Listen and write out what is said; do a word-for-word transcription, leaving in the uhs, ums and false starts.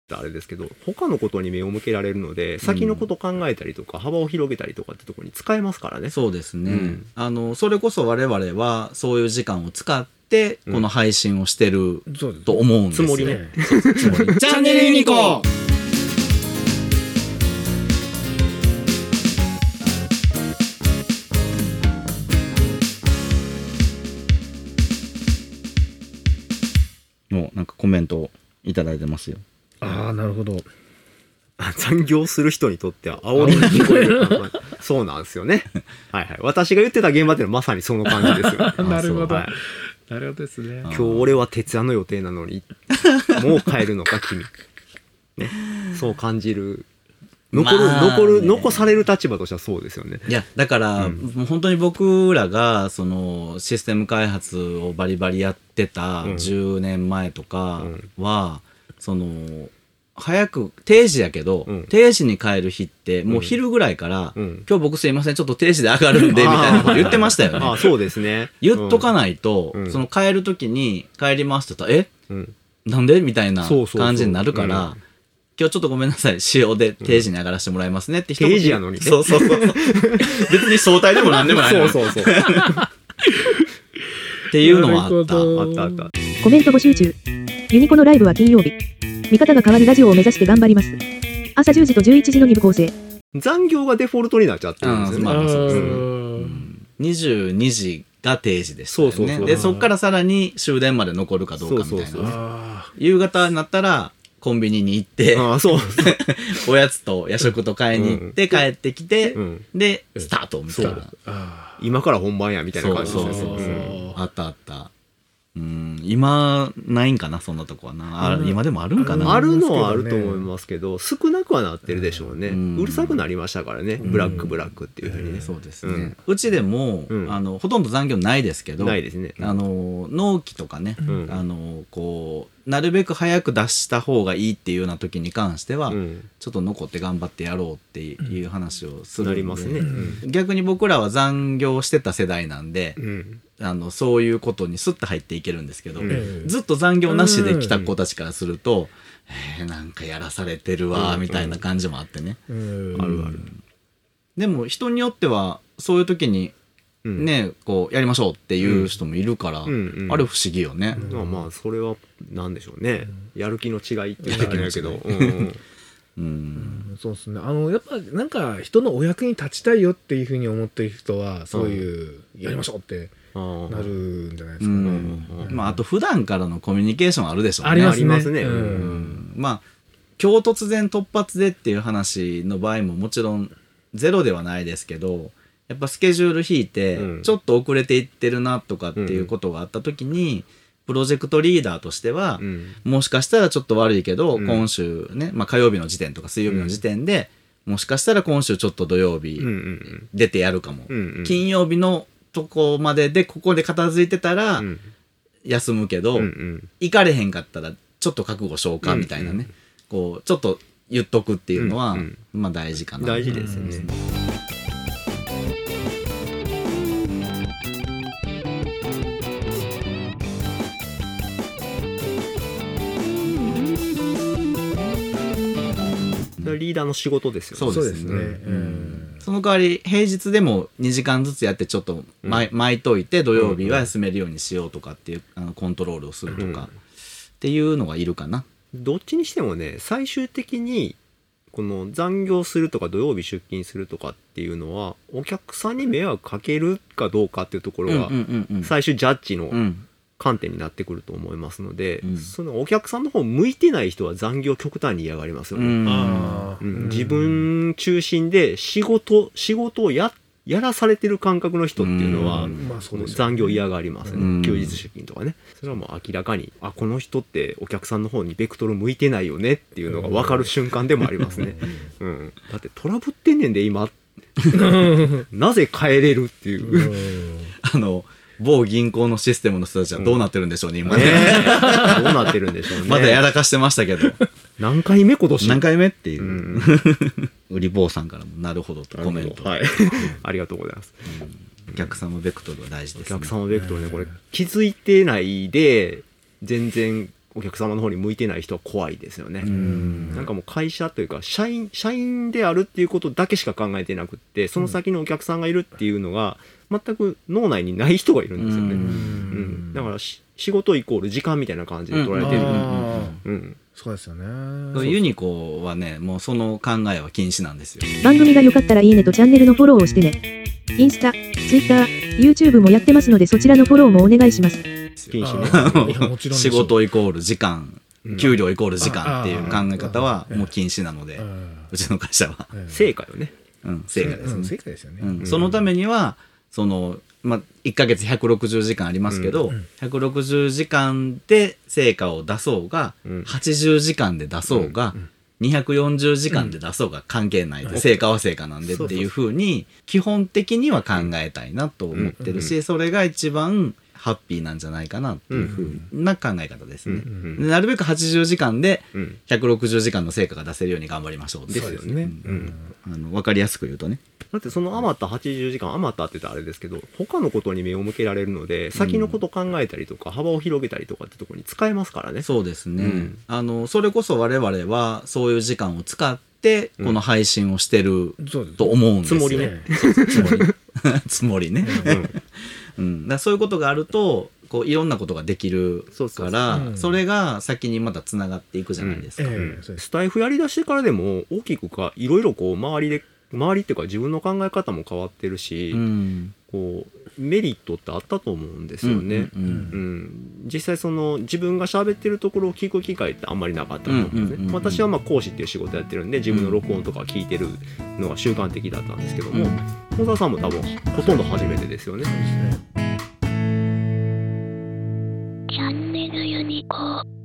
あれですけど、他のことに目を向けられるので、先のこと考えたりとか、うん、幅を広げたりとかってところに使えますからね。 そうですね、うん、あのそれこそ我々はそういう時間を使ってこの配信をしてると思うんですよ、うん、つもりねつもりチャンネルユニコもうなんかコメントをいただいてますよ。 ああ、なるほど。 残業する人にとっては煽りに聞こえるそうなんですよね。はいはい。私が言ってた現場ってのはまさにその感じですよ、ね。 なるほど、 はい、 なるほどですね。 今日俺は徹夜の予定なのにもう帰るのか君、ね、そう感じる。残る、まあ、残る残される立場としてはそうですよね。 いやだから、うん、もう本当に僕らがそのシステム開発をバリバリやってたじゅうねんまえとかは、うん、その早く定時やけど、うん、定時に帰る日ってもう昼ぐらいから、うん、今日僕すいませんちょっと定時で上がるんでみたいなこと言ってましたよね。 ああそうですね。 言っとかないと、うん、その帰る時に帰りますって言ったらえ、うん、なんでみたいな感じになるから。今日ちょっとごめんなさい、仕様で定時に上がらせてもらいますねって一言。定時やのにね。 そうそうそう。別に相対でもなんでもないの。 そうそうそう。 っていうのはあった。 あったあった。 コメント募集中。ユニコのライブは金曜日。見方が変わるラジオを目指して頑張ります。朝じゅうじとじゅういちじのに部構成。 残業がデフォルトになっちゃってるんですよね。まあまあそうです。 にじゅうにじが定時ですよね。そうそうそう。で、そっからさらに終電まで残るかどうかみたいな、ね。そうそうそう。夕方になったら、コンビニに行って、あそうおやつと夜食と買いに行って、うん、帰ってきて、うん、で、スタートみたいな。 今から本番やみたいな感じですね。 そうそうそうそう、うん。あったあった。うん、今ないんかなそんなとこはな、うん、今でもあるんかな。 あるのはあると思いますけど、少なくはなってるでしょうね、うん、うるさくなりましたからね、うん、ブラックブラックっていうふうにね、 うん、そうですね、うん、うちでも、うん、あのほとんど残業ないですけど、 ないですね、 あの納期とかね、うん、あのこうなるべく早く出した方がいいっていうような時に関しては、うん、ちょっと残って頑張ってやろうっていう話をするので、 なりますね、うん、 逆に僕らは残業してた世代なんで、うん、あのそういうことにスッと入っていけるんですけど、うん、ずっと残業なしで来た子たちからすると、うん、えー、なんかやらされてるわみたいな感じもあってね、うん、あるある。でも人によってはそういう時にね、うん、こうやりましょうっていう人もいるから、うんうんうん、あれ不思議よね、 うん、まあまあそれはなんでしょうね、うん、やる気の違いっていうだけだけど、うんうん、そうですね。あのやっぱなんか人のお役に立ちたいよっていうふうに思ってる人はそういうやりましょうってなるんじゃないですかね。うんうん、まああと普段からのコミュニケーションあるでしょうね。 ありますね。ますね、うんうん、まあ今日突然突発でっていう話の場合ももちろんゼロではないですけど、やっぱスケジュール引いてちょっと遅れていってるなとかっていうことがあった時に、プロジェクトリーダーとしては、うん、もしかしたらちょっと悪いけど、うん、今週ね、まあ、火曜日の時点とか水曜日の時点で、うん、もしかしたら今週ちょっと土曜日出てやるかも、うんうん、金曜日のとこまででここで片付いてたら休むけど、うんうん、行かれへんかったらちょっと覚悟しようかみたいなね、うんうん、こうちょっと言っとくっていうのは、うんうん、まあ大事かな。 大事ですよね、うんリーダーの仕事ですよね。そうですね、うん、その代わり平日でもにじかんずつやってちょっと巻、うん、巻いといて土曜日は休めるようにしようとかっていうあのコントロールをするとかっていうのがいるかな。 どっちにしてもね、最終的にこの残業するとか土曜日出勤するとかっていうのはお客さんに迷惑かけるかどうかっていうところが最終ジャッジの観点になってくると思いますので、うん、そのお客さんの方向いてない人は残業極端に嫌がりますよね。うんうん、自分中心で仕事仕事を や, やらされてる感覚の人っていうのは、うんまあそうですね、残業嫌がりますね、うん、休日出勤とかね。それはもう明らかにあこの人ってお客さんの方にベクトル向いてないよねっていうのが分かる瞬間でもありますね、うん、だってトラブってんねんで今なぜ帰れるっていうあの某銀行のシステムの人たちはどうなってるんでしょうね、うん、今ね。 どうなってるんでしょうね。 まだやらかしてましたけど。 何回目今年。 何回目っていう。うん、売り坊さんからもなるほどとコメント。 はい。ありがとうございます。 うん、お客様ベクトルは大事ですね。 お客様ベクトルね、これ気づいてないで全然お客様の方に向いてない人は怖いですよね。 うん、 なんかもう会社というか社員社員であるっていうことだけしか考えてなくって、その先のお客さんがいるっていうのが全く脳内にない人がいるんですよね。うん、うん、だから仕事イコール時間みたいな感じで捉えてる。うんうん、そうですよね。 ユニコはね、もうその考えは禁止なんですよ。 番組が良かったらいいねとチャンネルのフォローをしてね。インスタ、ツイッター、YouTube もやってますのでそちらのフォローもお願いします。 禁止ね。仕事イコール時間、給料イコール時間っていう考え方はもう禁止なので、うちの会社は。 成果よね。 うん、成果ですね。 成果ですよね。 うん、そのためには、その、まあ、いっかげつひゃくろくじゅうじかんありますけど、うん、ひゃくろくじゅうじかんで成果を出そうが、うん、はちじゅうじかんで出そうが、うん、にひゃくよんじゅうじかんで出そうが関係ないで、うん、成果は成果なんでっていうふうに基本的には考えたいなと思ってるし、うん、それが一番ハッピーなんじゃないかなっていうふうな考え方ですね。うんうん、なるべくはちじゅうじかんでひゃくろくじゅうじかんの成果が出せるように頑張りましょうですよね。うん、 あの分かりやすく言うとね。 だってその余ったはちじゅうじかん、余ったって言ったらあれですけど、他のことに目を向けられるので、先のこと考えたりとか、幅を広げたりとかってところに使えますからね。 そうですね。うん、あのそれこそ我々はそういう時間を使ってこの配信をしてると思うんですよ。 つもりね。 つもり。つもりね。うん、だからそういうことがあると。こういろんなことができるからそれが先にまたつながっていくじゃないですか。うんえー、スタイフやりだしてからでも大きくかいろいろこう周りで周りっていうか自分の考え方も変わってるし、うん、こうメリットってあったと思うんですよね。実際その自分が喋ってるところを聞く機会ってあんまりなかったと思うんですね。私はまあ講師っていう仕事やってるんで自分の録音とか聞いてるのが習慣的だったんですけども、小沢さんも多分ほとんど初めてですよね。 チャンネルユニコ。